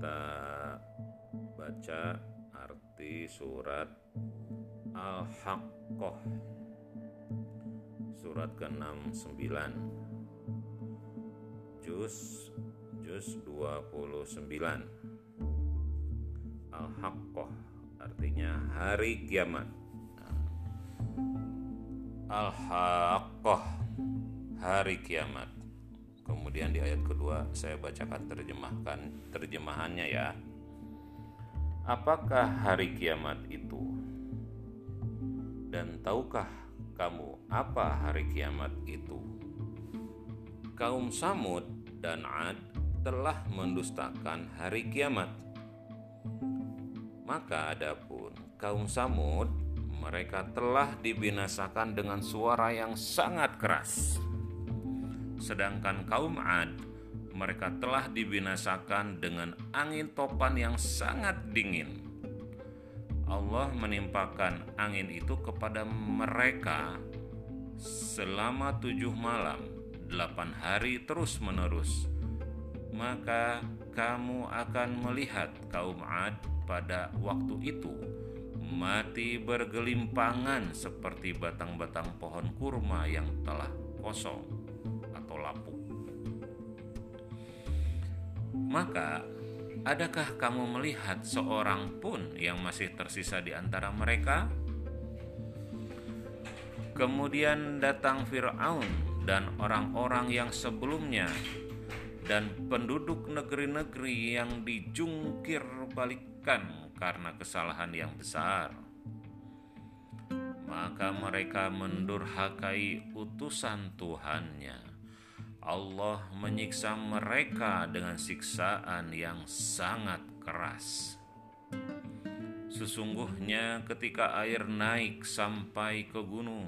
kita baca arti surat Al-Haqqah, surat ke-69, juz 29. Al-Haqqah artinya hari kiamat. Al-Haqqah, hari kiamat. Kemudian di ayat kedua saya bacakan terjemahannya ya. Apakah hari kiamat itu? Dan tahukah kamu apa hari kiamat itu? Kaum Samud dan Ad telah mendustakan hari kiamat. Maka adapun kaum Samud, mereka telah dibinasakan dengan suara yang sangat keras. Sedangkan kaum Ad, mereka telah dibinasakan dengan angin topan yang sangat dingin. Allah menimpakan angin itu kepada mereka selama 7 malam, 8 hari terus menerus. Maka kamu akan melihat kaum Ad pada waktu itu mati bergelimpangan seperti batang-batang pohon kurma yang telah kosong atau lapuk. Maka adakah kamu melihat seorang pun yang masih tersisa di antara mereka? Kemudian datang Fir'aun dan orang-orang yang sebelumnya dan penduduk negeri-negeri yang dijungkir balikan karena kesalahan yang besar. Maka mereka mendurhakai utusan Tuhannya. Allah menyiksa mereka dengan siksaan yang sangat keras. Sesungguhnya ketika air naik sampai ke gunung,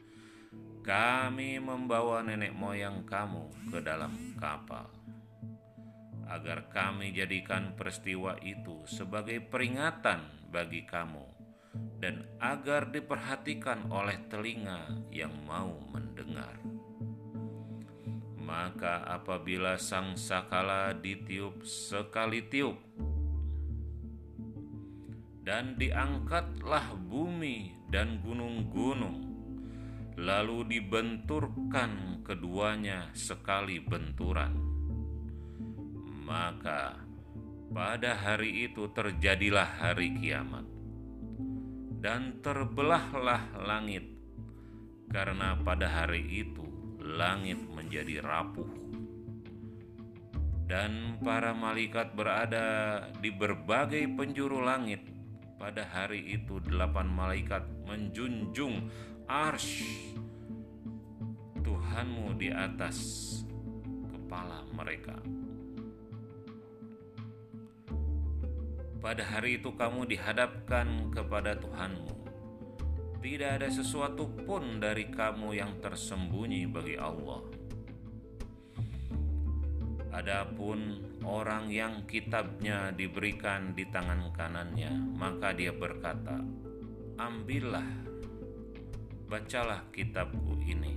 kami membawa nenek moyang kamu ke dalam kapal, agar kami jadikan peristiwa itu sebagai peringatan bagi kamu, dan agar diperhatikan oleh telinga yang mau mendengar. Maka apabila sangsakala ditiup sekali tiup, dan diangkatlah bumi dan gunung-gunung, lalu dibenturkan keduanya sekali benturan, maka pada hari itu terjadilah hari kiamat, dan terbelahlah langit, karena pada hari itu langit menjadi rapuh, dan para malaikat berada di berbagai penjuru langit. Pada hari itu 8 malaikat menjunjung arsy Tuhanmu di atas kepala mereka. Pada hari itu kamu dihadapkan kepada Tuhanmu. Tidak ada sesuatu pun dari kamu yang tersembunyi bagi Allah. Adapun orang yang kitabnya diberikan di tangan kanannya, maka dia berkata, ambillah, bacalah kitabku ini.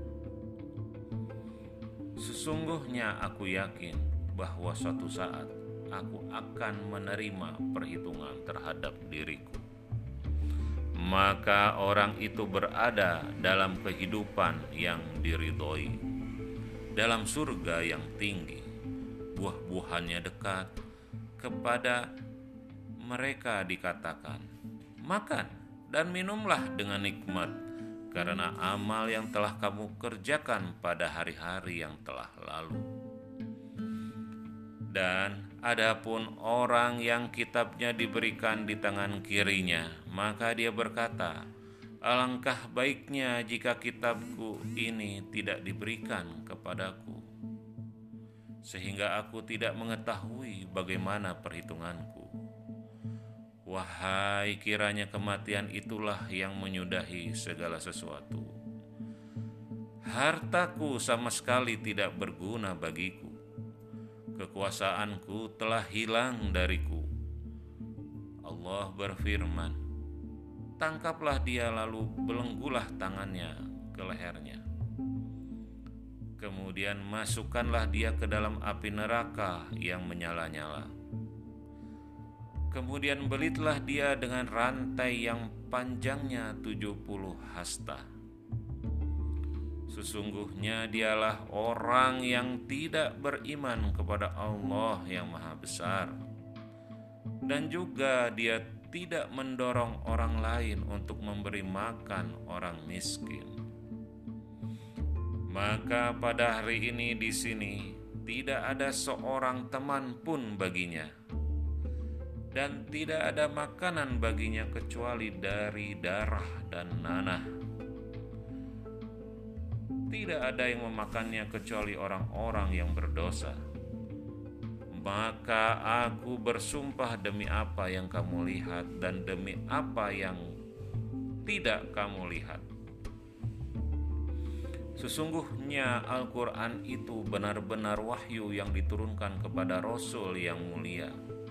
Sesungguhnya aku yakin bahwa suatu saat aku akan menerima perhitungan terhadap diriku. Maka orang itu berada dalam kehidupan yang diridhoi, dalam surga yang tinggi, buah-buahannya dekat. Kepada mereka dikatakan, makan dan minumlah dengan nikmat, karena amal yang telah kamu kerjakan pada hari-hari yang telah lalu. Dan adapun orang yang kitabnya diberikan di tangan kirinya, maka dia berkata, alangkah baiknya jika kitabku ini tidak diberikan kepadaku, sehingga aku tidak mengetahui bagaimana perhitunganku. Wahai, kiranya kematian itulah yang menyudahi segala sesuatu. Hartaku sama sekali tidak berguna bagiku. Kekuasaanku telah hilang dariku. Allah berfirman, tangkaplah dia lalu belenggulah tangannya ke lehernya. Kemudian masukkanlah dia ke dalam api neraka yang menyala-nyala. Kemudian belitlah dia dengan rantai yang panjangnya 70 hasta. Sesungguhnya dialah orang yang tidak beriman kepada Allah yang Maha Besar, dan juga dia tidak mendorong orang lain untuk memberi makan orang miskin. Maka pada hari ini di sini tidak ada seorang teman pun baginya, dan tidak ada makanan baginya kecuali dari darah dan nanah. Tidak ada yang memakannya kecuali orang-orang yang berdosa. Maka aku bersumpah demi apa yang kamu lihat dan demi apa yang tidak kamu lihat. Sesungguhnya Al-Quran itu benar-benar wahyu yang diturunkan kepada Rasul yang mulia.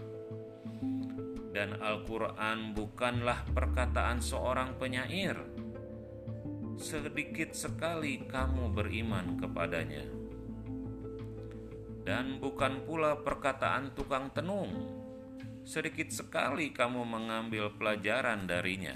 Dan Al-Quran bukanlah perkataan seorang penyair. Sedikit sekali kamu beriman kepadanya. Dan bukan pula perkataan tukang tenung. Sedikit sekali kamu mengambil pelajaran darinya.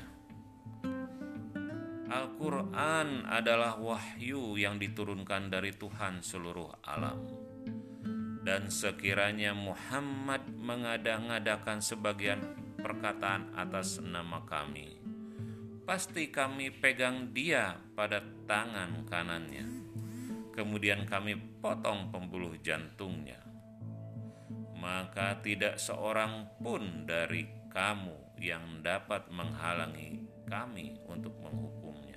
Al-Quran adalah wahyu yang diturunkan dari Tuhan seluruh alam. Dan sekiranya Muhammad mengada-ngadakan sebagian perkataan atas nama kami, pasti kami pegang dia pada tangan kanannya. Kemudian kami potong pembuluh jantungnya. Maka tidak seorang pun dari kamu yang dapat menghalangi kami untuk menghukumnya.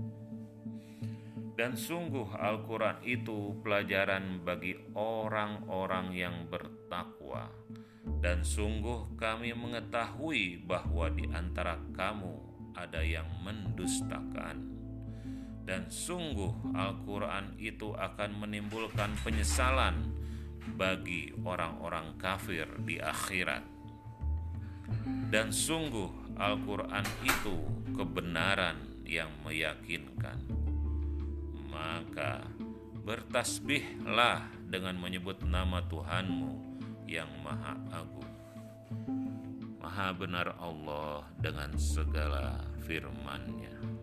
Dan sungguh Al-Quran itu pelajaran bagi orang-orang yang bertakwa. Dan sungguh kami mengetahui bahwa di antara kamu ada yang mendustakan. Dan sungguh Al-Quran itu akan menimbulkan penyesalan bagi orang-orang kafir di akhirat. Dan sungguh Al-Quran itu kebenaran yang meyakinkan. Maka bertasbihlah dengan menyebut nama Tuhanmu yang Maha Agung. Maha benar Allah dengan segala firman-Nya.